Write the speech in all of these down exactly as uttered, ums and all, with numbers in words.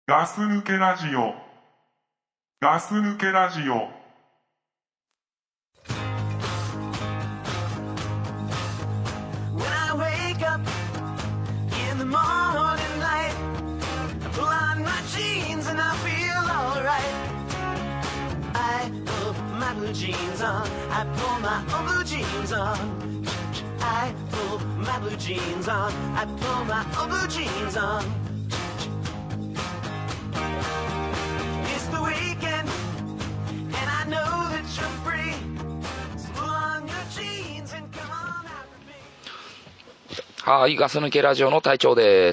ガス抜けラジオ。ガス抜けラジオ。 Blue jeans on, I pull my own blue jeans on. I pull my blue jeans on, I pull my own blue jeans on. It's the weekend, and I know that you're free. So pull on your jeans and come on out with me. はい、ガス抜けラジオの隊長です。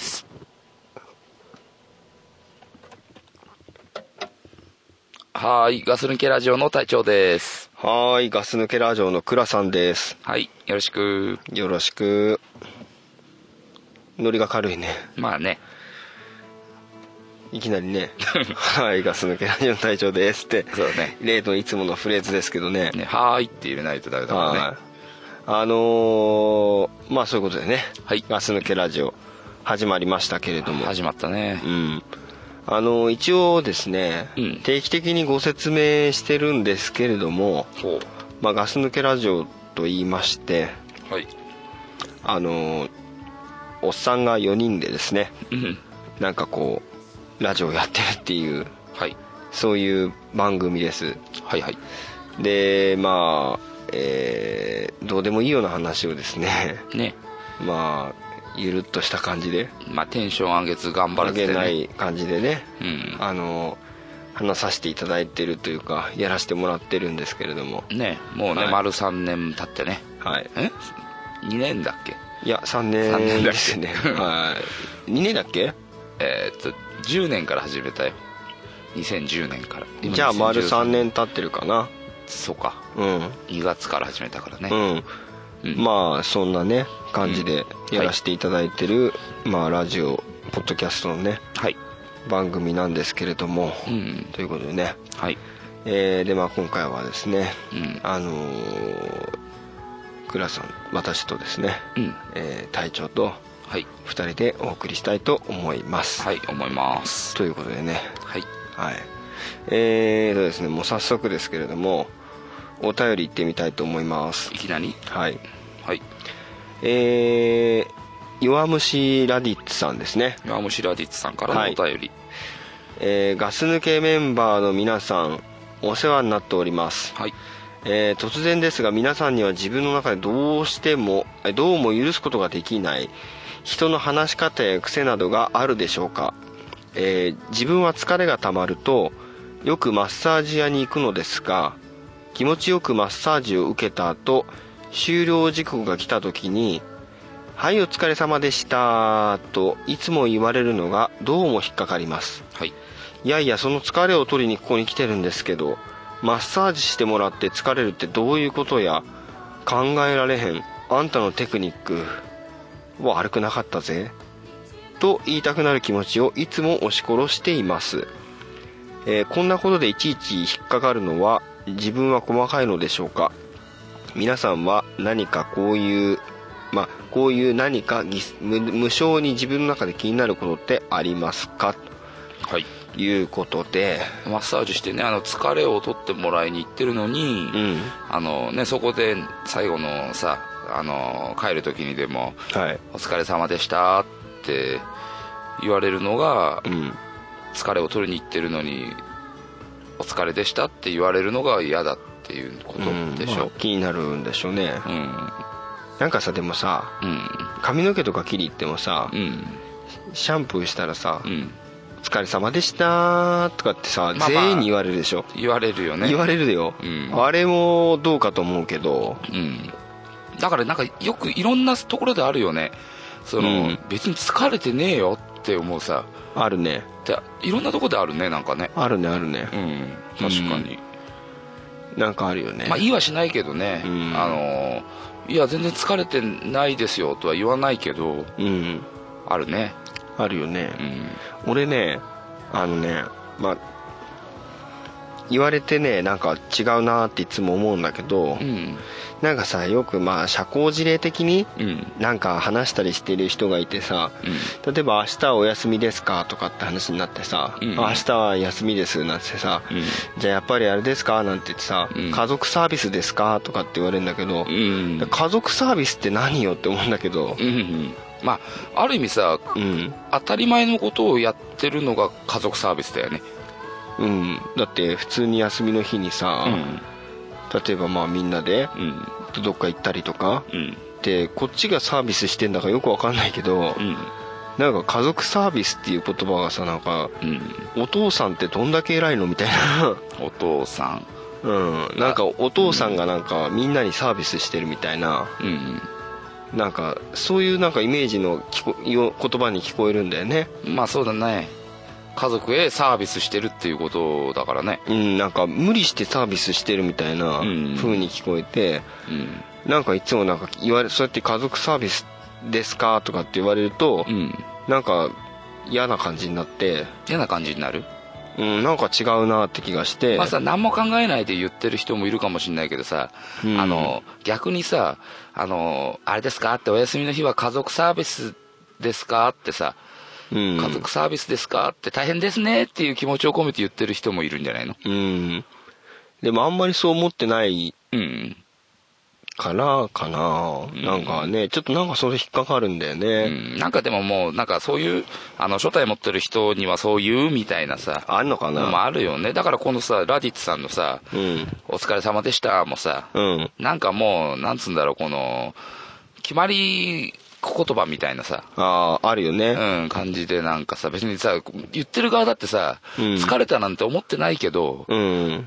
はい、ガス抜けラジオの隊長です。 はい、ガス抜けラジオの倉さんです。 はい、よろしく。 よろしく。ノリが軽いね。 まあね。 いきなりね。はい、ガス抜けラジオの隊長ですって。 そうね。 例のいつものフレーズですけどね。 ね、はーいって入れないとダメだからね。はい、 あのー、まあそういうことでね。 はい。 ガス抜けラジオ始まりましたけれども。 始まったね。 うん。あの一応ですね、うん、定期的にご説明してるんですけれども、まあ、ガス抜けラジオと言いまして、はい、あのおっさんがよにんでですね、うん、なんかこうラジオやってるっていう、はい、そういう番組です。はいはい。でまあ、えー、どうでもいいような話をですね、ね、まあゆるっとした感じで、 まあ、テンション上げず頑張るって、ね、 上げない感じでね、 うん、 あの話させていただいてるというかやらせてもらってるんですけれどもね、もうね、はい、丸さんねん経ってね、 はい、 えにねんだっけ。 いやさんねんですね。はい、にねんだっけ。 えー、っとじゅうねんから始めたよ。にせんじゅうねんから。 じゃあ丸さんねん経ってるかな。 そうか、 うん、 にがつから始めたからね。 うんうん、まあそんなね感じでやらせていただいてる、うん、まあラジオポッドキャストのね、はい、番組なんですけれども、うん、ということでね、はい、えー、でまあ今回はですね、うん、あのー、倉さん私とですね、うん、えー、隊長とふたりでお送りしたいと思います。 はい思います。 ということでね、 はい、 はい、えーとですねもう早速ですけれどもお便り行ってみたいと思います。 いきなり。 はいはい。 えー、弱虫ラディッツさんですね。 弱虫ラディッツさんからのお便り、はい、 えー、ガス抜けメンバーの皆さんお世話になっております。はい。えー、突然ですが皆さんには自分の中でどうしてもどうも許すことができない人の話し方や癖などがあるでしょうか。えー、自分は疲れがたまるとよくマッサージ屋に行くのですが、気持ちよくマッサージを受けた後終了時刻が来た時にはいお疲れ様でしたといつも言われるのがどうも引っかかります。はい。いやいやその疲れを取りにここに来てるんですけどマッサージしてもらって疲れるってどういうことや、考えられへん、あんたのテクニック悪くなかったぜと言いたくなる気持ちをいつも押し殺しています。えー、こんなことでいちいち引っかかるのは自分は細かいのでしょうか。皆さんは何かこういうまあこういう何か無、無性に自分の中で気になることってありますか、はい、いうことで、 マッサージしてね、あの疲れを取ってもらいに行ってるのに、うん、あのね、そこで最後のさ、あの帰る時にでも、はい、お疲れ様でしたって言われるのが、うん、疲れを取りに行ってるのにお疲れでしたって言われるのが嫌だっていうことでしょ、うん、まあ、気になるんでしょうね、うん、なんかさでもさ、うん、髪の毛とか切り行ってもさ、うん、シャンプーしたらさ、うん、お疲れ様でしたとかってさ、まあまあ、全員に言われるでしょ。 言われるよね。 言われるよ、うん、あれもどうかと思うけど、 うん、だからなんかよくいろんなところであるよね、その、うん、別に疲れてねえよって思うさ。 あるね。 いろんなとこであるね、なんかね。 あるねあるね、 うん、確かに、 うん、なんかあるよね。 まあ言いはしないけどね、うん、あのいや全然疲れてないですよとは言わないけど、うん、あるね。 あるよね、うん、俺ねあのねまあ言われてねなんか違うなっていつも思うんだけど、うん、なんかさよくまあ社交辞令的になんか話したりしてる人がいてさ、うん、例えば明日はお休みですかとかって話になってさ、うん、明日は休みですなんてさ、うん、じゃあやっぱりあれですかなんて言ってさ、うん、家族サービスですかとかって言われるんだけど、うん、家族サービスって何よって思うんだけど、うんうん、 まあある意味さ、うん、当たり前のことをやってるのが家族サービスだよね。 うん、だって普通に休みの日にさ、うん、例えばまあみんなでどっか行ったりとか、うん、でこっちがサービスしてんだかよく分かんないけど、うん、なんか家族サービスっていう言葉がさなんか、うん、お父さんってどんだけ偉いのみたいなお父さん、 うん、なんかお父さんがなんかみんなにサービスしてるみたいな、うん、なんかそういうなんかイメージの聞こ言葉に聞こえるんだよね。 まあそうだね、家族へサービスしてるっていうことだからね。 うん、なんか無理してサービスしてるみたいな風に聞こえて、うん、なんかいつもなんか言われそうやって家族サービスですかとかって言われると、うん、なんか嫌な感じになって。 嫌な感じになる？ うん、なんか違うなって気がして。 まあさ、何も考えないで言ってる人もいるかもしれないけどさ、うん、あの逆にさ、あのあれですかってお休みの日は家族サービスですかってさ、うん、家族サービスですかって大変ですねっていう気持ちを込めて言ってる人もいるんじゃないの？ うん。でもあんまりそう思ってないからかな、うん、なんかねちょっとなんかそれ引っかかるんだよね、 うん、なんかでももうなんかそういうあの初代持ってる人にはそういうみたいなさあるのかな、 もあるよね。だからこのさラディッツさんのさ、うん、お疲れ様でしたもさ、うん、なんかもうなんつうんだろうこの決まり言葉みたいなさああるよね、 うん、感じでなんかさ別にさ言ってる側だってさ、うん、疲れたなんて思ってないけど、うん、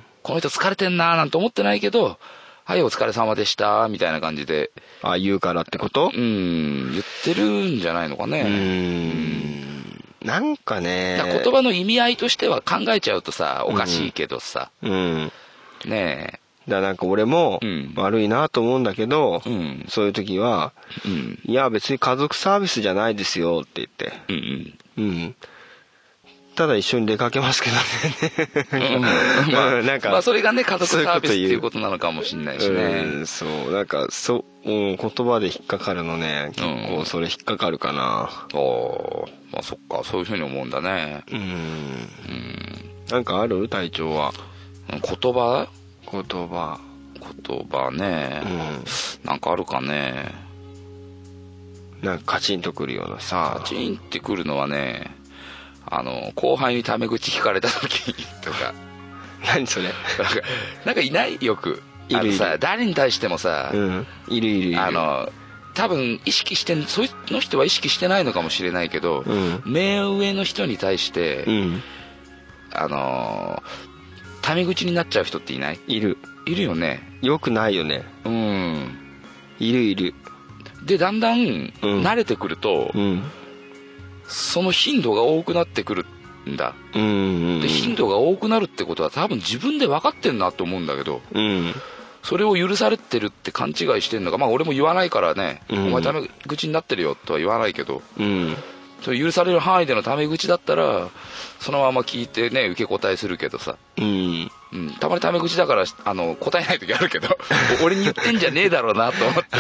この人疲れてんなーなんて思ってないけどはいお疲れ様でしたみたいな感じであ言うからってこと？ うん言ってるんじゃないのかね。うんなんかね言葉の意味合いとしては考えちゃうとさおかしいけどさ、うん、うん、ねえだからなんか俺も悪いなと思うんだけど、うん、そういう時は、うん、いや別に家族サービスじゃないですよって言って、うんうんうん、ただ一緒に出かけますけどね、うんまあ、なんかまあそれがね家族サービスっていうことなのかもしれないしね。 うんそうなんかそう、うん、言葉で引っかかるのね結構それ引っかかるかな。 うん、おまあそっかそういうふうに思うんだね。うん、うん、 なんかある隊長は言葉言葉言葉ね、うん、なんかあるかね。 なんかカチンとくるようなさカチンってくるのはねあの後輩にタメ口聞かれた時とか何それなんかなんかいないよくいるいるさ誰に対してもさ、うん、 いるいるいるあの多分意識してその人は意識してないのかもしれないけど、うん、目上の人に対して、うん、あのタメ口になっちゃう人っていない？ いるいるよね。 よくないよね。うんいるいる。 でだんだん慣れてくると、うん、その頻度が多くなってくるんだ、うんうんうん、で頻度が多くなるってことは多分自分で分かってんなと思うんだけど、うん、それを許されてるって勘違いしてんのか。まあ俺も言わないからね、うん、お前タメ口になってるよとは言わないけど、うん、それ許される範囲でのタメ口だったらそのまま聞いてね受け答えするけどさ、うんうん、たまにタメ口だからあの答えない時あるけど俺に言ってんじゃねえだろうなと思って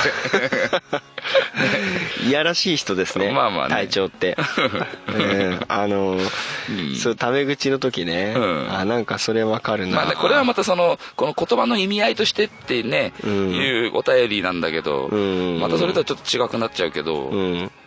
いやらしい人ですね。まあまあね隊長って、うん、あの、うん、そうタメ口の時ね、うん、あなんかそれわかるな、 まあね、これはまたそのこの言葉の意味合いとしてってね、うん、いうお便りなんだけど、うん、またそれとはちょっと違くなっちゃうけど、うん、うん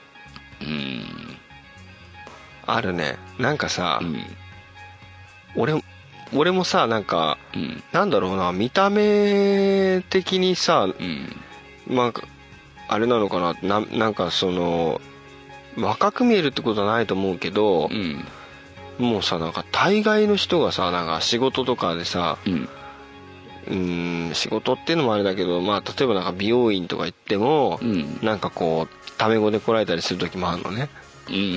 あるね。なんかさ、うん、俺俺もさなんか、うん、なんだろうな見た目的にさ、うん、まああれなのかな な, なんかその若く見えるってことはないと思うけど、うん、もうさなんか大概の人がさなんか仕事とかでさ、うん、うん仕事っていうのもあれだけど、まあ例えばなんか美容院とか行っても、うん、なんかこうタメ語で来られたりする時もあるのね。うんうんうん、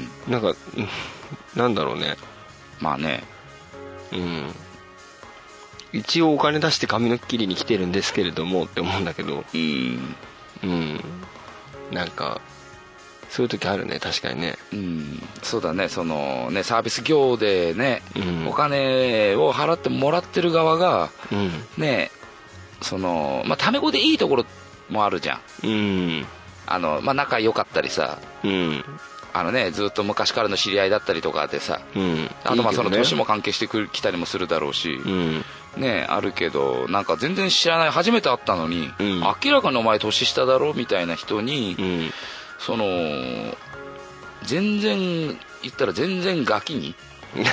なんかなんだろうね。 まあね、 うん、一応お金出して髪の切りに来てるんですけれどもって思うんだけど、うん、うん、なんかそういう時あるね、確かにね。 うん、そうだね、そのね、サービス業でね、うん、お金を払ってもらってる側が、うん、ね、そのまあタメ語でいいところもあるじゃん、うん、あのまあ仲良かったりさ、うん、あのね、ずっと昔からの知り合いだったりとかでさ、うん、あとまあその年も関係してきたりもするだろうし、うんね、あるけど、なんか全然知らない、初めて会ったのに、うん、明らかにお前年下だろみたいな人に、うん、その全然言ったら全然ガキに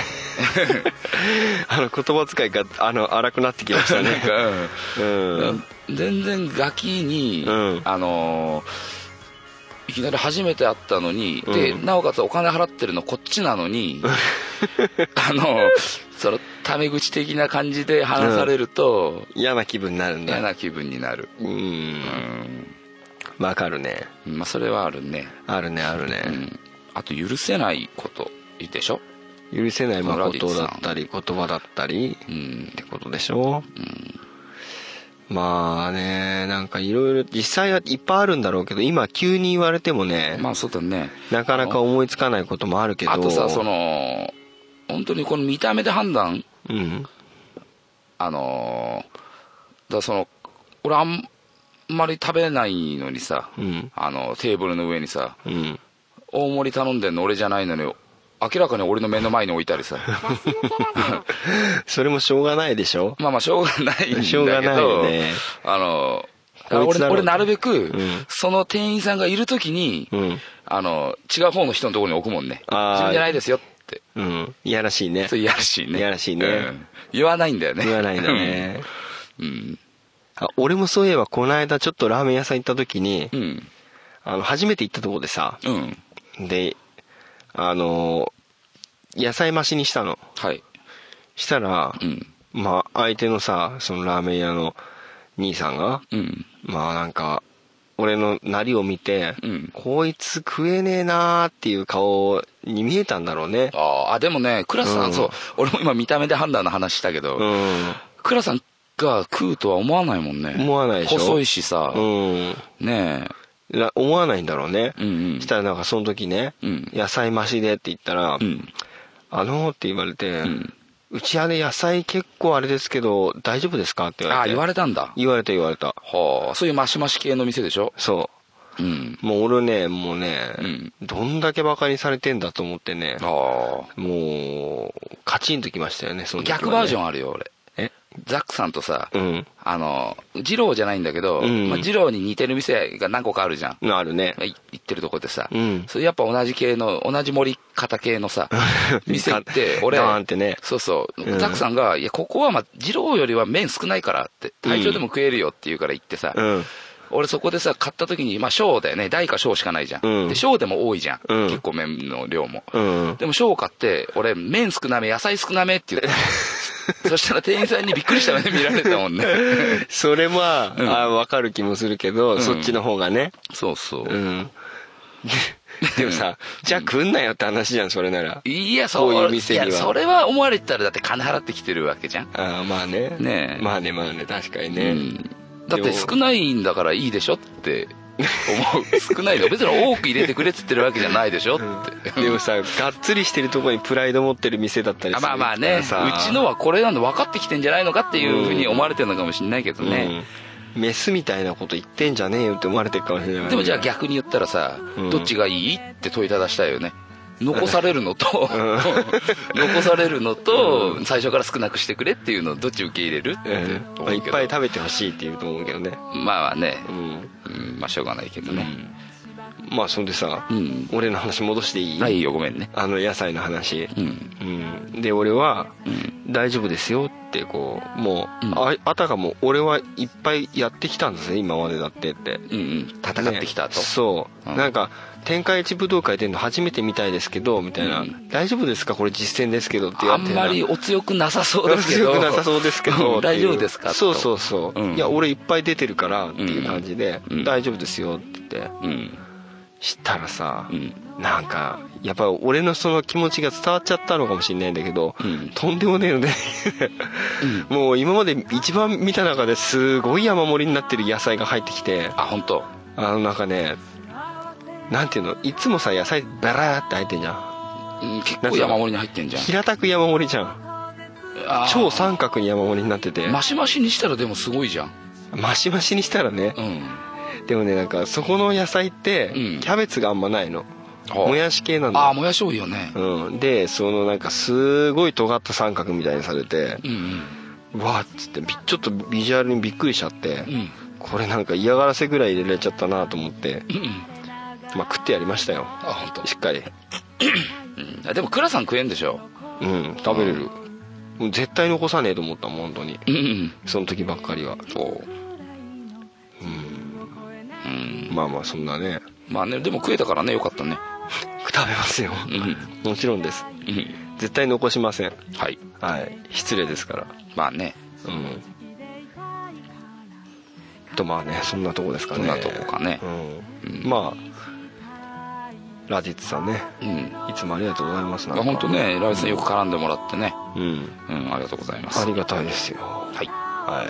あの言葉遣いがあの荒くなってきましたね。なんか、 うんうん、全然ガキに、うん、あのいきなり初めて会ったのに、うん、でなおかつお金払ってるのこっちなのにあのそのタメ口的な感じで話されると、 うん、嫌な気分になるんだ。 嫌な気分になる。うん、 わかるね。 まあそれはあるね。 あるねあるね、うん、 あと許せないことでしょ。 許せないことだったり言葉だったり、うん、ってことでしょ、うん、まあね、なんかいろいろ実際はいっぱいあるんだろうけど、今急に言われてもね、 まあそうだね、 なかなか思いつかないこともあるけど、 あとさ、その本当にこの見た目で判断、うん、あのだその俺あんまり食べないのにさ、うん、あのテーブルの上にさ、うん、大盛り頼んでんの俺じゃないのに明らかに俺の目の前に置いたりさそれもしょうがないでしょ。 まあまあしょうがないんだけど、 しょうがないよね。 あの俺, 俺なるべく、うん、その店員さんがいるときに、うん、あの違う方の人のところに置くもんね。自分じゃないですよって、 うん、いやらしいね。 そういやらしいね。 いやらしいね、うん、 言わないんだよね。 言わないんだね、うん、あ俺もそういえばこの間ちょっとラーメン屋さん行った時に、うん、あの初めて行ったところでさ、うん、であの野菜増しにしたの。はい。したら、うん、まあ相手のさ、そのラーメン屋の兄さんが、うん、まあなんか俺のなりを見て、うん、こいつ食えねえなーっていう顔に見えたんだろうね。 ああ、でもね、倉さん、うん、そう、俺も今見た目で判断の話したけど、うん、倉さんが食うとは思わないもんね。 思わないでしょ。 細いしさ、うん、ねえ。 思わないんだろうね、うんうん、したらなんかその時ね、うん、野菜増しでって言ったら、うん、あのーって言われて、うん、うちはね野菜結構あれですけど大丈夫ですかって言われて。 あ、言われたんだ。 言われた言われた。 はあ、そういうマシマシ系の店でしょ。 そう、うん、もう俺ねもうね、うん、どんだけバカにされてんだと思ってね、あもうカチンときましたよね、その時はね。逆バージョンあるよ俺。えザックさんとさ、うん、あの二郎じゃないんだけど、うんまあ、二郎に似てる店が何個かあるじゃん。あるね。 行ってるとこでさ、うん、それやっぱ同じ系の同じ盛り方系のさ店行って俺なんてね、 そうそう、うん、ザックさんがいやここはまあ二郎よりは麺少ないからって体調でも食えるよって言うから行ってさ、うん、俺そこでさ買った時にまあ小だよね、大か小しかないじゃん、うん、で小でも多いじゃん、うん、結構麺の量も、うん、でも小買って俺麺少なめ野菜少なめって言ってそしたら店員さんにびっくりした目で見られたもんねそれは、うん、あ分かる気もするけど、うん、そっちの方がね。 そうそう、うん、 でもさ、じゃあ来んなよって話じゃん、それなら。 いや、そういう店には。いや、それは思われてたらだって金払ってきてるわけじゃん。 ああ、まあね。ねえ。まあね、まあね、確かにね。うん、 だって少ないんだからいいでしょって思う。少ないの別に多く入れてくれっつってるわけじゃないでしょって、 うん、でもさがっつりしてるところにプライド持ってる店だったりする。 まあまあね、うちのはこれなんで分かってきてんじゃないのかっていうふうに思われてるのかもしれないけどね、 うん、メスみたいなこと言ってんじゃねえよって思われてるかもしれない。 でもじゃあ逆に言ったらさ、うん、どっちがいいって問いただしたいよね。残されるのと残されるのと最初から少なくしてくれっていうのをどっち受け入れるって、 うんまあ、いっぱい食べてほしいって言うと思うけどね。 まあね、うんうん、まあしょうがないけどね、 うん、まあそんでさ、うん、俺の話戻していい？ あ、いいよ、ごめんね。 あの野菜の話、うんうん、で俺は、うん、大丈夫ですよってこうもう、うん、あ, あたかも俺はいっぱいやってきたんですね今までだってって、うんうん、 戦ってきたと、ね、 そう、うん、なんか天下一武道会出るの初めてみたいですけどみたいな、うん、大丈夫ですかこれ実践ですけどって言われて、 あんまりお強くなさそうですけどお強くなさそうですけど大丈夫ですかと。 そうそうそう、うん、いや俺いっぱい出てるからっていう感じで、うん、大丈夫ですよって言って、うん、したらさ、うん、なんかやっぱ俺のその気持ちが伝わっちゃったのかもしれないんだけど、うん、とんでもねえのでうん、もう今まで一番見た中ですごい山盛りになってる野菜が入ってきて、 あ、本当。 あのなんかねなんていうの、いつもさ野菜バラーって入ってんじゃん、 うん、結構山盛りに入ってんじゃん。 平たく山盛りじゃん。超三角に山盛りになってて、 マシマシにしたらでもすごいじゃん。 マシマシにしたらね、うん、でもねなんかそこの野菜って、うん、キャベツがあんまないの、もやし系なんだよ。 ああもやし多いよね、 うん、でそのなんかすごい尖った三角みたいにされて、うんうん、うわっつってちょっとビジュアルにびっくりしちゃって、うん、これなんか嫌がらせぐらい入れられちゃったなと思って、うんうん、まあ食ってやりましたよ。 あ本当。 しっかり、 うん、でも倉さん食えんでしょ。 うん食べれる、うん、絶対残さねえと思ったもん本当に、うんうん、その時ばっかりは。そう、うん、まあまあそんなね。 まあねでも食えたからねよかったね。 食べますよ、うん、もちろんです、うん、絶対残しません。はい、はい、失礼ですから。 まあね、 うんとまあねそんなとこですかね。 そんなとこかね、 うんうん、まあラディッツさんね、うん、いつもありがとうございます。なんか本当ねラディッツさんよく絡んでもらってね、うん、うん、ありがとうございます。 ありがたいですよ。はいはい。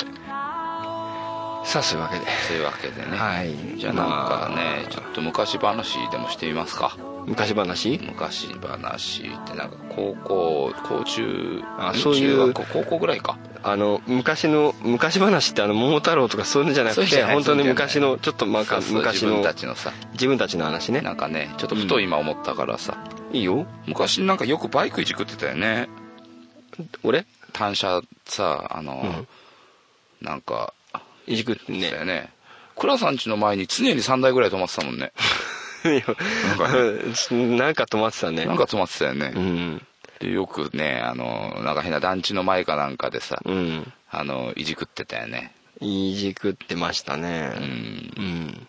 さあそういうわけでそういうわけでね、はい、じゃあなんかね、まあ、ちょっと昔話でもしてみますか。 昔話昔話ってなんか高校高中あそういう中学校高校ぐらいか。 あの昔の昔話ってあの桃太郎とかそういうのじゃなくて本当に昔のちょっとまあ昔の自分たちのさ自分たちの話ね。 なんかねちょっとふと今思ったからさ、 うん、いいよ。 昔なんかよくバイクいじくってたよね。 俺単車さあの、うん、なんかいじくってね。 だよね。倉さん家の前に常にさんだいぐらい止まってたもんね。 なんかねなんか止まってたね。 なんか止まってたよね、 うん、 でよくねあのなんか変な団地の前かなんかでさ、うん、あのいじくってたよね。 いじくってましたね、うんうん、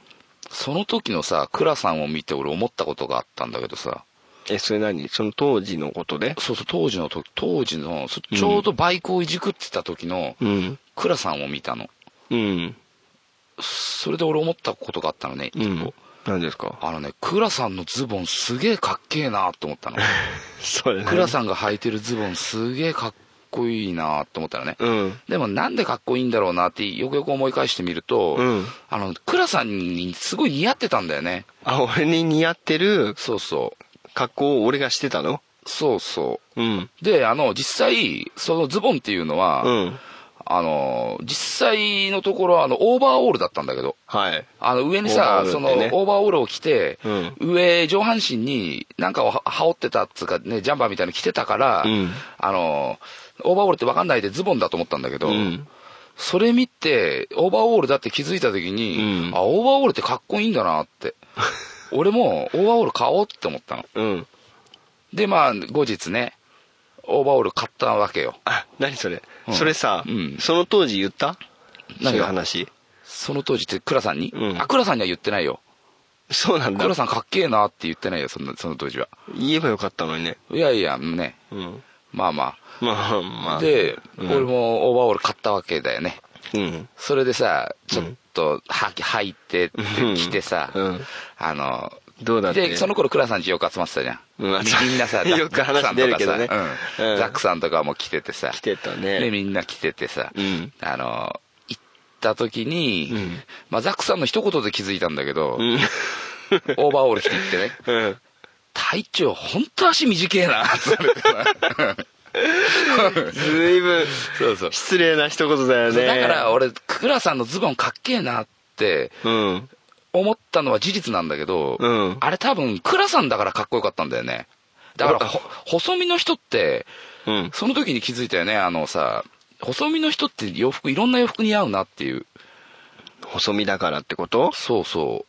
その時のさ倉さんを見て俺思ったことがあったんだけどさ。 えそれ何その当時のことで。 そうそう当時の時当時のちょうどバイクをいじくってた時の倉さんを見たの、うん、それで俺思ったことがあったのね、 うん、何ですか。 あのね倉さんのズボンすげえかっけえなと思ったの。 それね倉さんが履いてるズボンすげえかっこいいなと思ったのね、うん、でもなんでかっこいいんだろうなってよくよく思い返してみると、うん、あの倉さんにすごい似合ってたんだよね。 あ俺に似合ってるそうそう格好を俺がしてたの。 そうそう、 うん、 であの実際そのズボンっていうのは、うんあの実際のところあのオーバーオールだったんだけど、はい、あの上にさ、ね、そのオーバーオールを着て、うん、上上半身になんかを羽織ってたっつうかねジャンバーみたいなの着てたから、うん、あのオーバーオールって分かんないでズボンだと思ったんだけど、うん、それ見てオーバーオールだって気づいた時に、うん、あオーバーオールってかっこいいんだなって俺もオーバーオール買おうって思ったの、うん、でまあ後日ねオーバーオール買ったわけよ。 あ何それ、うん、それさ、うん、その当時言った。そういう話その当時って倉さんに、うん、あ倉さんには言ってないよ。 そうなんだ。 倉さんかっけえなって言ってないよそのその当時は。 言えばよかったのにね。 いやいやね、うん、まあまあまあまあで、うん、俺もオーバーオール買ったわけだよね、うん、それでさちょっと履いてって着てさ、うん、あのどうだってでその頃倉さんちよく集まってたじゃん、うん、みんなさよく話出るけどね、 うん、ザックさんとかも来ててさ来てたねでみんな来ててさ、うん、あの行った時に、うんまあ、ザックさんの一言で気づいたんだけど、うん、オーバーオール着て行ってね、うん、隊長ほんと足短えなって言われてなずいぶんそうそう失礼な一言だよね。 だから俺倉さんのズボンかっけえなって思ったのは事実なんだけど、うん、あれ多分倉さんだからかっこよかったんだよね。だから細身の人って、うん、その時に気づいたよね。あのさ細身の人って洋服いろんな洋服似合うなっていう。 細身だからってこと？ そうそう。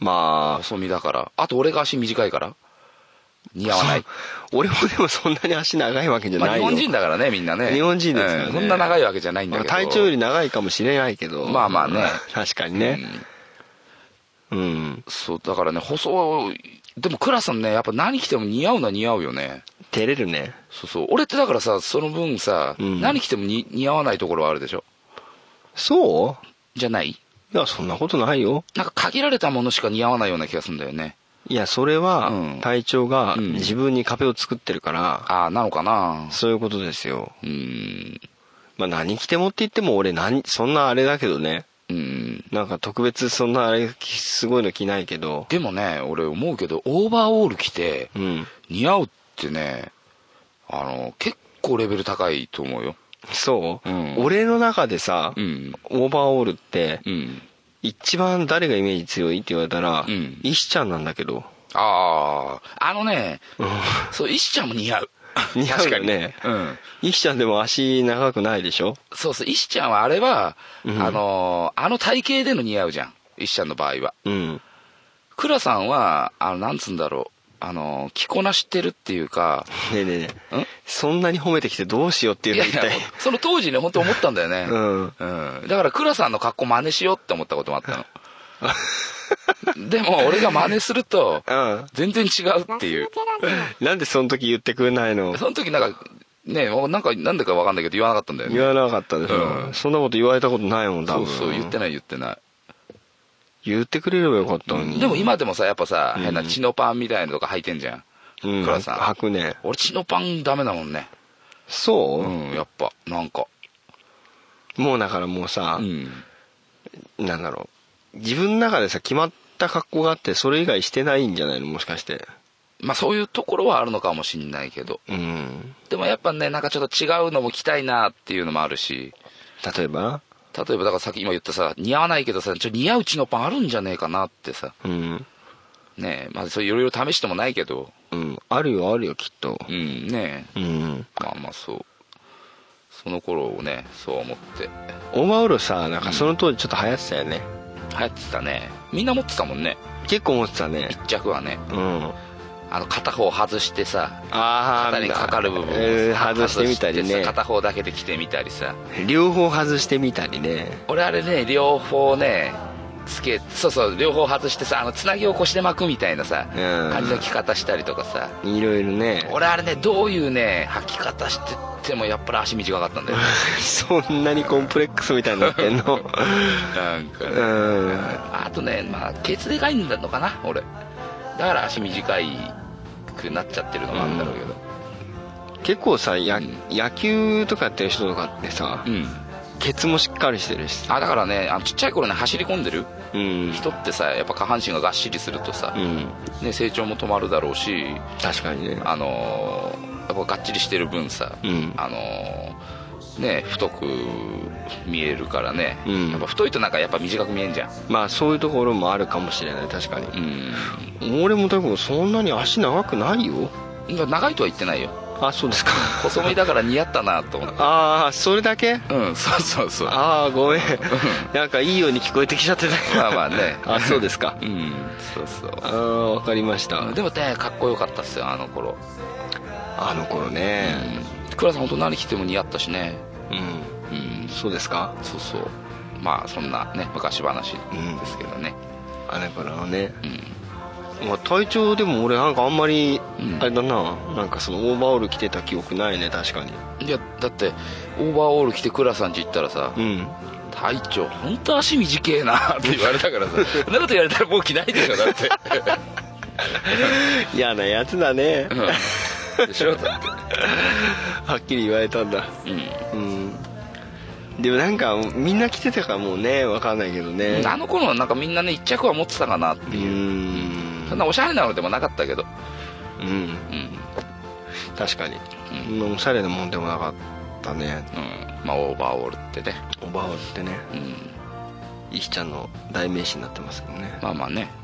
まあ細身だから。あと俺が足短いから似合わない。 俺もでもそんなに足長いわけじゃないよ、 まあ、日本人だからねみんなね。 日本人ですからね、 うん、そんな長いわけじゃないんだけど、 まあ、体長より長いかもしれないけどまあまあね確かにね、うん、うん、 そうだからね細いでも倉さんねやっぱ何着ても似合うのは似合うよね。 照れるね。 そうそう俺ってだからさその分さ、うん、何着てもに似合わないところはあるでしょ。 そうじゃない？ いやそんなことないよ。 なんか限られたものしか似合わないような気がするんだよね。 いやそれは隊長が自分に壁を作ってるから、うん、 ああなのかな。 そういうことですよ。うんまあ何着てもって言っても俺何そんなあれだけどね、 うん、 なんか特別そんなあれすごいの着ないけど。 でもね俺思うけどオーバーオール着て似合うってね、あの結構レベル高いと思うよ。 そう、うん、 俺俺の中でさ、うん、オーバーオールって、うん、一番誰がイメージ強いって言われたら、うん、石ちゃんなんだけど。 あああのね、うん、そう石ちゃんも似合う。 似合うよね。うん。石ちゃんでも足長くないでしょ。 そうそう、石ちゃんはあれは、うん、あのあの体型での似合うじゃん、石ちゃんの場合は。うん。倉さんはあのなんつうんだろう、あの着こなしてるっていうか。 ねえねえねえ、そんなに褒めてきてどうしようっていうのみたい。いやいや、 その当時ね本当思ったんだよね。うん、うん。だから倉さんの格好真似しようって思ったこともあったの。でも俺が真似すると全然違うっていう。 なんでその時言ってくれないの。 その時なんかね、なんかなんでか分かんないけど言わなかったんだよね。 言わなかったでしょ、うん、そんなこと言われたことないもん多分。 そうそう言ってない言ってない。 言ってくれればよかったのに。 でも今でもさやっぱさ、うん、変なチノパンみたいなのとか履いてんじゃん。 うん、倉さん履くね。 俺チノパンダメだもんね。 そう、 うん、やっぱなんかもうだからもうさ、うん、なんだろう、自分の中でさ決まった格好があってそれ以外してないんじゃないの、もしかして。まあそういうところはあるのかもしんないけど、うん、でもやっぱねなんかちょっと違うのも着たいなっていうのもあるし。 例えば例えばだからさっき今言ったさ似合わないけどさちょっと似合うチノパンあるんじゃねえかなってさ、うん、ねえ、まあそれいろいろ試してもないけど、 うん、あるよあるよきっと。 うんねえ、うん、まあまあそうその頃をねそう思って。 オーバーオールさなんかその当時ちょっと流行ってたよね、 うん、流行ってたね。みんな持ってたもんね。 結構持ってたね一着はね。うん、あの片方外してさ、 あ肩にかかる部分を、 えー、外してみたりね。 片方だけで着てみたりさ。 両方外してみたりね。 俺あれね両方ねつけそうそう両方外してさあのつなぎを腰で巻くみたいなさ、うん、感じの着方したりとかさいろいろね。 俺あれねどういうね履き方しててもやっぱり足短かったんだよそんなにコンプレックスみたいになってんのなんかね、うん、 あとねまあケツでかいんだのかな俺だから足短いくなっちゃってるのもあるんだろうけど、 うん、結構さや、うん、野球とかやってる人とかってさ、うん、ケツもしっかりしてるし。 あだからねあのちっちゃい頃ね走り込んでる、うん、人ってさやっぱ下半身ががっしりするとさ、うんね、成長も止まるだろうし。 確かにねあのー、やっぱがっちりしてる分さ、うん、あのー、ね太く見えるからね、うん、やっぱ太いとなんかやっぱ短く見えんじゃん。 まあそういうところもあるかもしれない確かに、うん、俺も多分そんなに足長くないよ。 長いとは言ってないよ。 あそうですか細身だから似合ったなと思ってああそれだけ。 うんそうそうそう。 ああごめんなんかいいように聞こえてきちゃってたまあまあねあそうですかうんそうそうああ分かりました。 でもねかっこよかったっすよあの頃。 あの頃ね、 うん、倉さん本当何着ても似合ったしね。 うん、うん、そうですか。 そうそうまあそんなね昔話ですけどね、 うん、あれからはね、うんまあ、体調でも俺なんかあんまりあれだな、うん、なんかそのオーバーオール着てた記憶ないね確かに。 いやだってオーバーオール着て倉さん家行ったらさ、うん、隊長本当足短えなって言われたからさそんなこと言われたらもう着ないでしょだって嫌なやつだね、 うん、でしょだってはっきり言われたんだ。うん、うんでもなんかみんな着てたからもうね分かんないけどね。 あの頃はなんかみんなね一着は持ってたかなっていう。うんそんなおしゃれなのでもなかったけど。うん、うん、 確かに、うん、おしゃれなもんでもなかったね。 うんまあオーバーオールってねオーバーオールってね、うん、石ちゃんの代名詞になってますけどね。 まあまあねうん、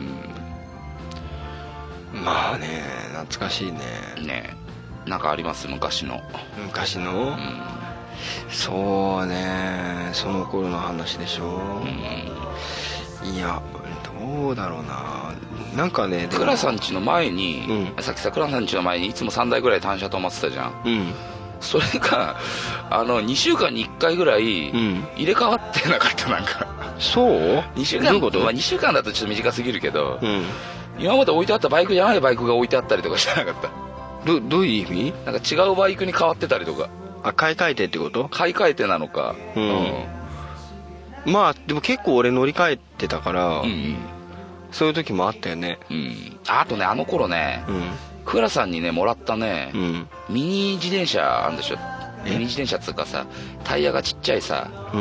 うん、まあね懐かしいね。ねなんかあります昔の昔の、うんそうねその頃の話でしょ、うん、いやどうだろうななんかね倉さん家の前に、うん、さっきさ倉さん家の前にいつもさんだいぐらい単車止まってたじゃん、うん、それがあのにしゅうかんにいっかいぐらい入れ替わってなかったなんかそうにしゅうかんどういうこと、まあ、にしゅうかんだとちょっと短すぎるけど、うん、今まで置いてあったバイクじゃないバイクが置いてあったりとかしてなかった。 ど, どういう意味？ なんか違うバイクに変わってたりとか。 あ買い替えてってこと？ 買い替えてなのか、うんうん、まあでも結構俺乗り換えてたから、うんうん、そういう時もあったよね、うん、 あとねあの頃ね、うん、倉さんにねもらったね、うん、ミニ自転車あるんでしょ。ミニ自転車っつうかさタイヤがちっちゃいさ、うん、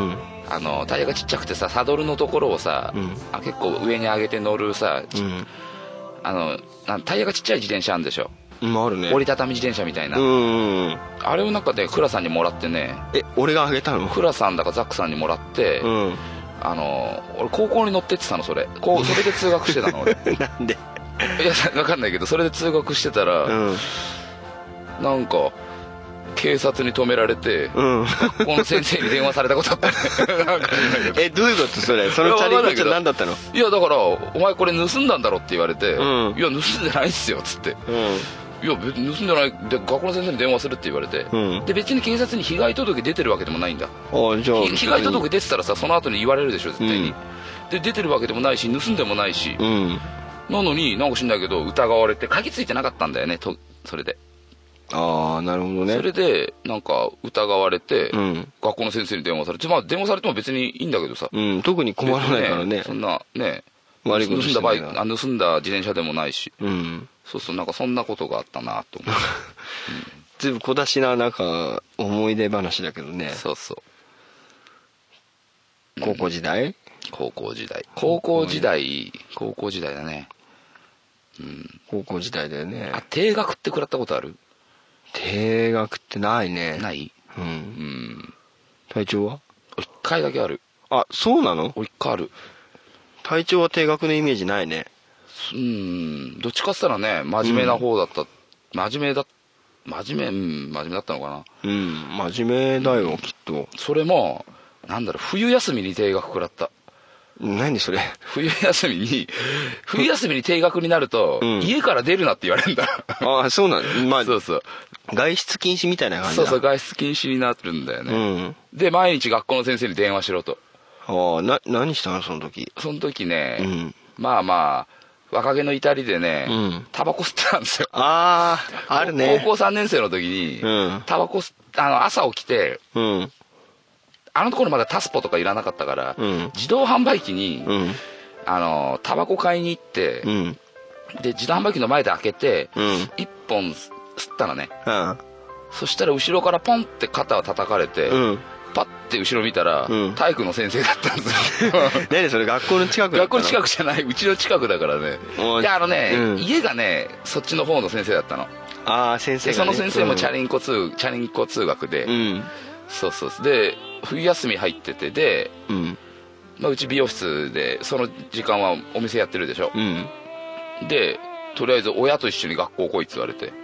あのタイヤがちっちゃくてさ、サドルのところをさ、うん、あ結構上に上げて乗るさ、うん、あのタイヤがちっちゃい自転車あるんでしょ、 うん、あるね、 折りたたみ自転車みたいな、 うん、 あれをなんかね倉さんにもらってね。 え俺があげたの？ 倉さんだかザックさんにもらって、うん、あの俺高校に乗ってってたの、それこうそれで通学してたの俺なんで？ いや分かんないけど、それで通学してたら、うん、なんか警察に止められて、うん、学校の先生に電話されたことあったねえどういうことそれ？そのチャリンコって何だったの？ いやだからお前これ盗んだんだろって言われて、うん、いや盗んでないっすよっつって、うん、いや盗んでないで学校の先生に電話するって言われて、うん、で別に警察に被害届出てるわけでもないんだ。 あじゃあ被害届出てたらさその後に言われるでしょ絶対に、うん、で出てるわけでもないし盗んでもないし、うん、なのになんか知んないけど疑われて鍵ついてなかったんだよねと、それで。 ああなるほどね。 それでなんか疑われて、うん、学校の先生に電話されて、まあ電話されても別にいいんだけどさ、 うん、特に困らないからね、 そんなね悪いことしてない盗んだバイあ盗んだ自転車でもないし、うん、そうそうなんかそんなことがあったなと思う、 うん、ずいぶん小出しななんか思い出話だけどね。 そうそう、 高校時代、うん、 高校時代高校時代高校時代だね、 うん、高校時代だよね。 あ定額って食らったことある？ 定額ってないね。 ない？うん、うん、隊長は？ 一回だけある。 あそうなの？ 一回ある。 隊長は定額のイメージないね。 うんどっちかっつったらね真面目な方だった、うん、真面目だ真面目うん真面目だったのかな。 うん真面目だよ、うん、きっと。 それもなんだろう冬休みに定額食らった。 何それ？ 冬休みに冬休みに定額になると、うん、家から出るなって言われるんだああそうなの、まあ、 そうそう外出禁止みたいな感じだ。 そうそう外出禁止になってるんだよね、うん、で毎日学校の先生に電話しろと。 ああな何したのその時？ その時ね、うん、まあまあ若気の至りでね、うん、タバコ吸ってたんですよ。 あああるね。 高校さんねん生の時に、うん、タバコあの朝起きて、うん、あのところまだタスポとかいらなかったから、うん、自動販売機に、うん、あのタバコ買いに行って、うん、で自動販売機の前で開けて、うん、いっぽん吸ったのね、うん、そしたら後ろからポンって肩を叩かれて、うん、パッて後ろ見たら、うん、体育の先生だったんですよ何それ学校の近くだったの？ 学校の近くじゃない、うちの近くだからね。いやあのね、うん、家がねそっちの方の先生だったの。 ああ先生が、ね、 でその先生もチャリンコ通、うん、チャリンコ通学で、うん、そうそうで冬休み入っててで、うんまあ、うち美容室でその時間はお店やってるでしょ、うん、でとりあえず親と一緒に学校来いって言われて、うん、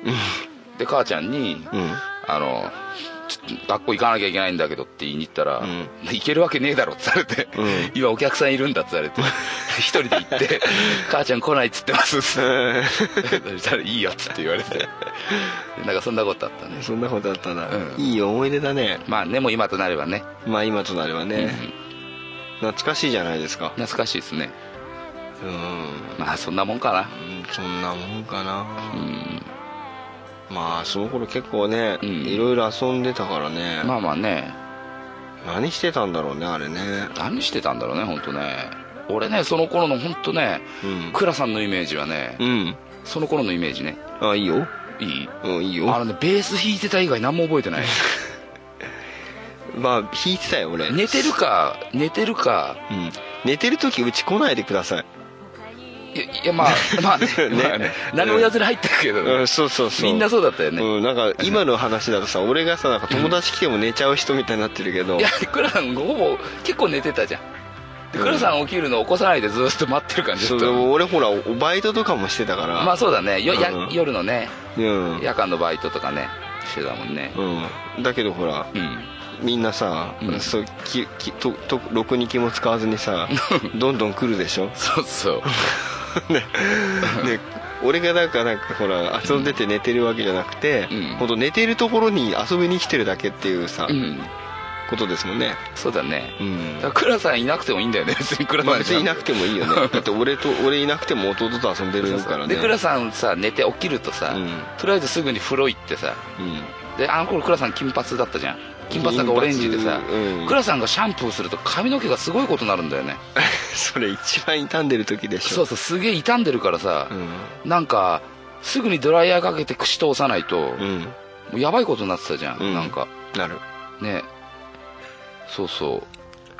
で母ちゃんに、うん、あのちょっと学校行かなきゃいけないんだけどって言いに行ったら、うん、行けるわけねえだろって言われて、うん、今お客さんいるんだって言われて一人で行って母ちゃん来ないっつってますっつってそしたらいいよっつって言われてなんかそんなことあったね。 そんなことあったな、うん、いい思い出だね。 まあねもう今となればねまあ今となればね、うん、懐かしいじゃないですか。 懐かしいですね。うんまあそんなもんかな、うん、 そんなもんかな。うんまあその頃結構ね、うん、いろいろ遊んでたからね。 まあまあね何してたんだろうねあれね。 何してたんだろうね本当ね。俺ねその頃の本当ね、うん、倉さんのイメージはね、うん、その頃のイメージね。 あいいよいい、 うん、いいよ。 あのねベース弾いてた以外何も覚えてないまあ弾いてたよ俺。 寝てるか寝てるか、 うん、寝てる時うち来ないでください。 いや、いやまあまあねねまあね何もやずに入ってるけど、ねうん、そうそうそうみんなそうだったよね、 うん、なんか今の話だとさ俺がさなんか友達来ても寝ちゃう人みたいになってるけど、 いや倉さんほぼ結構寝てたじゃん。で倉さん起きるの起こさないでずっと待ってる感じだった。 そう俺ほらバイトとかもしてたから。 まあそうだねよ、やうん、 夜のね、 うん、 夜間のバイトとかねしてたもんね、 うん、だけどほら、うんみんなさ、うん、そうききととろくに気も使わずにさどんどん来るでしょそうそうねね俺がなんかなんかほら遊んでて寝てるわけじゃなくて、うん、ほんと寝てるところに遊びに来てるだけっていうさ、うん、ことですもんね。 そうだね、うん、だから倉さんいなくてもいいんだよね別に倉さん、 まあ、別にいなくてもいいよねだって俺と俺いなくても弟と遊んでるからね。 で倉さんさ寝て起きるとさ、うん、とりあえずすぐに風呂行ってさ、うん、であの頃倉さん金髪だったじゃん。金髪がオレンジでさ、うん、倉さんがシャンプーすると髪の毛がすごいことになるんだよねそれ一番傷んでる時でしょ。 そうそうすげえ傷んでるからさ、うん、なんかすぐにドライヤーかけて串通さないと、うん、もうやばいことになってたじゃん、うん、なんかなるねそうそう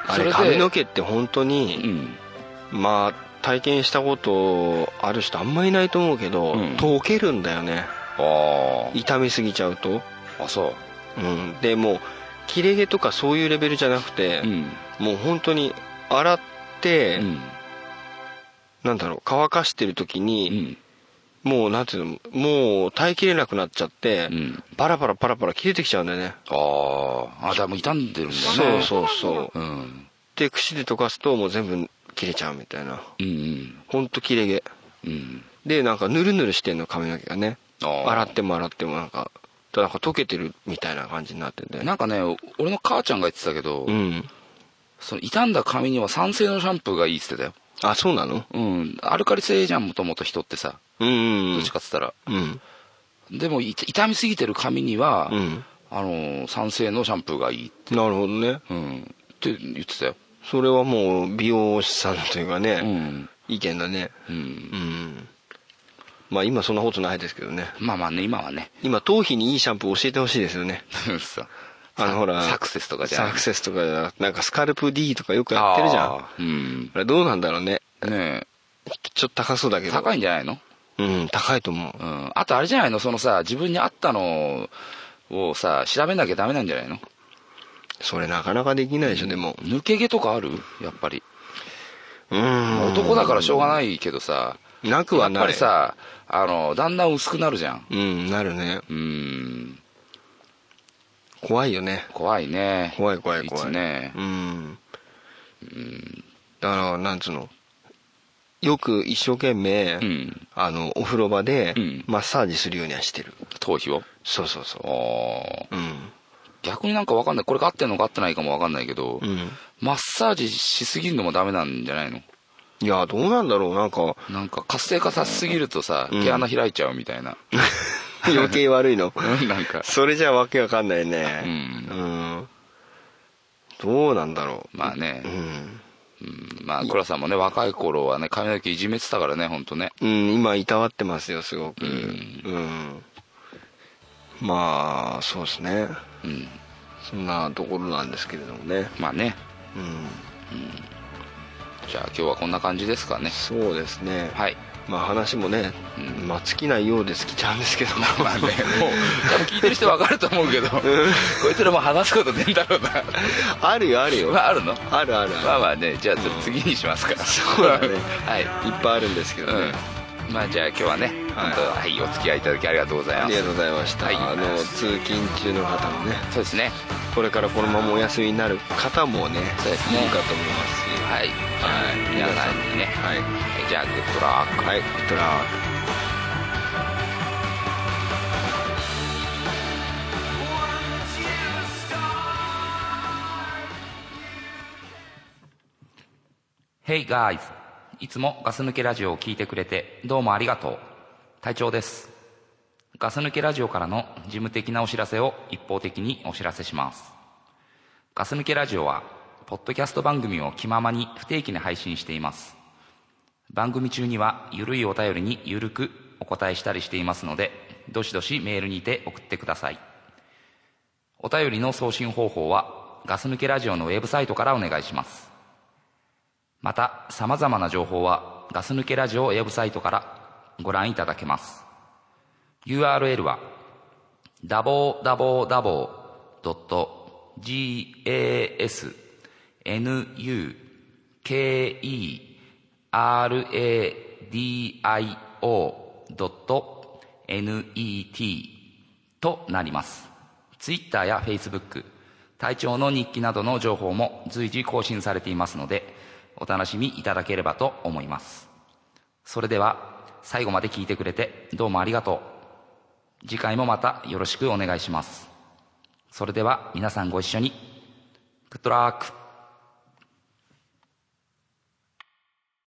あれ髪の毛って本当に、うん、まあ体験したことある人あんまりいないと思うけど、うん、溶けるんだよね。あ傷みすぎちゃうと。 あそう、 うん、でもう切れ毛とかそういうレベルじゃなくて、うん、もう本当に洗って、うん、なんだろう乾かしてる時に、うん、もうなんていうのもう耐えきれなくなっちゃって、うん、パラパラパラパラ切れてきちゃうんだよね。 ああじゃあもう傷んでるんだよね。そうそうそう、うん、で櫛で溶かすともう全部切れちゃうみたいな、うんうん、ほんと切れ毛、うん、でなんかヌルヌルしてんの髪の毛がね。洗っても洗ってもなんかなんか溶けてるみたいな感じになってて、 なんかね俺の母ちゃんが言ってたけど、うん、その傷んだ髪には酸性のシャンプーがいいって言ってたよ。 あそうなの。 うんアルカリ性じゃんもともと人ってさ、うんうんうん、どっちかっつったら、うん、でも傷みすぎてる髪には、うん、あの酸性のシャンプーがいいって。 なるほどね、 うん、って言ってたよ。 それはもう美容師さんというかね、うん、意見だね。うん、うんまあ今そんなことないですけどね。 まあまあね今はね今頭皮にいいシャンプー教えてほしいですよね。そうあのほらサクセスとかじゃサクセスとかじゃなんかスカルプ D とかよくやってるじゃん。うん、あれどうなんだろうね。ねえちょっと高そうだけど高いんじゃないの。 うん高いと思う、 うん、あとあれじゃないのそのさ自分に合ったのをさ調べなきゃダメなんじゃないの。 それなかなかできないでしょ、うん、でも抜け毛とかあるやっぱり。うん男だからしょうがないけどさなくはない。 やっぱりさあのだんだん薄くなるじゃん。 うんなるね。うん怖いよね。 怖いね。 怖い怖い怖い。 いつね。 うん。うん。だからなんつうのよく一生懸命、うん、あのお風呂場でマッサージするようにはしてる。 頭皮を。 そうそうそう。ああ。うん。逆になんかわかんないこれが合ってんのか合ってないかもわかんないけど、うん、マッサージしすぎるのもダメなんじゃないの。 いやどうなんだろうなんかなんか活性化させすぎるとさ、うん、毛穴開いちゃうみたいな余計悪いのなんかそれじゃわけわかんないね。うん、うん、どうなんだろうまあね、うんうん、まあ倉さんもね若い頃はね髪の毛いじめてたからね本当ね。 うん今いたわってますよすごく。うん、うん、まあそうですね、うん、そんなところなんですけれどもね。 まあねうん、うんじゃあ今日はこんな感じですかね。 そうですねはいまあ話もね、うん、まあ尽きないようで尽きちゃうんですけどまあねもう多分聞いてる人分かると思うけどこいつらも話すことねえんだろうなあるよあるよ、 まあ、あるのあるあるまあまあねじゃあ次にしますから、うん、 そうだねはいいっぱいあるんですけどね、 うん、まあじゃあ今日はね、はい、本当はい、お付き合いいただきありがとうございます。 ありがとうございました、はい、あの通勤中の方もねそうですねこれからこのままお休みになる方もねそうですねいいかと思いますしはい、はい、皆さんにね、はい、じゃあグッドラック。 はいグッドラック。 Hey guys いつもガス抜けラジオを聞いてくれてどうもありがとう。隊長です。ガス抜けラジオからの事務的なお知らせを一方的にお知らせします。ガス抜けラジオはポッドキャスト番組を気ままに不定期に配信しています。番組中にはゆるいお便りにゆるくお答えしたりしていますのでどしどしメールにて送ってください。お便りの送信方法はガス抜けラジオのウェブサイトからお願いします。また様々な情報はガス抜けラジオウェブサイトからご覧いただけます。 ユーアールエル は ダボダボダボドット gasnukradio.net となります。ツイッターやフェイスブック、隊長の日記などの情報も随時更新されていますのでお楽しみいただければと思います。それでは最後まで聞いてくれてどうもありがとう。次回もまたよろしくお願いします。それでは皆さんご一緒にグッドラック。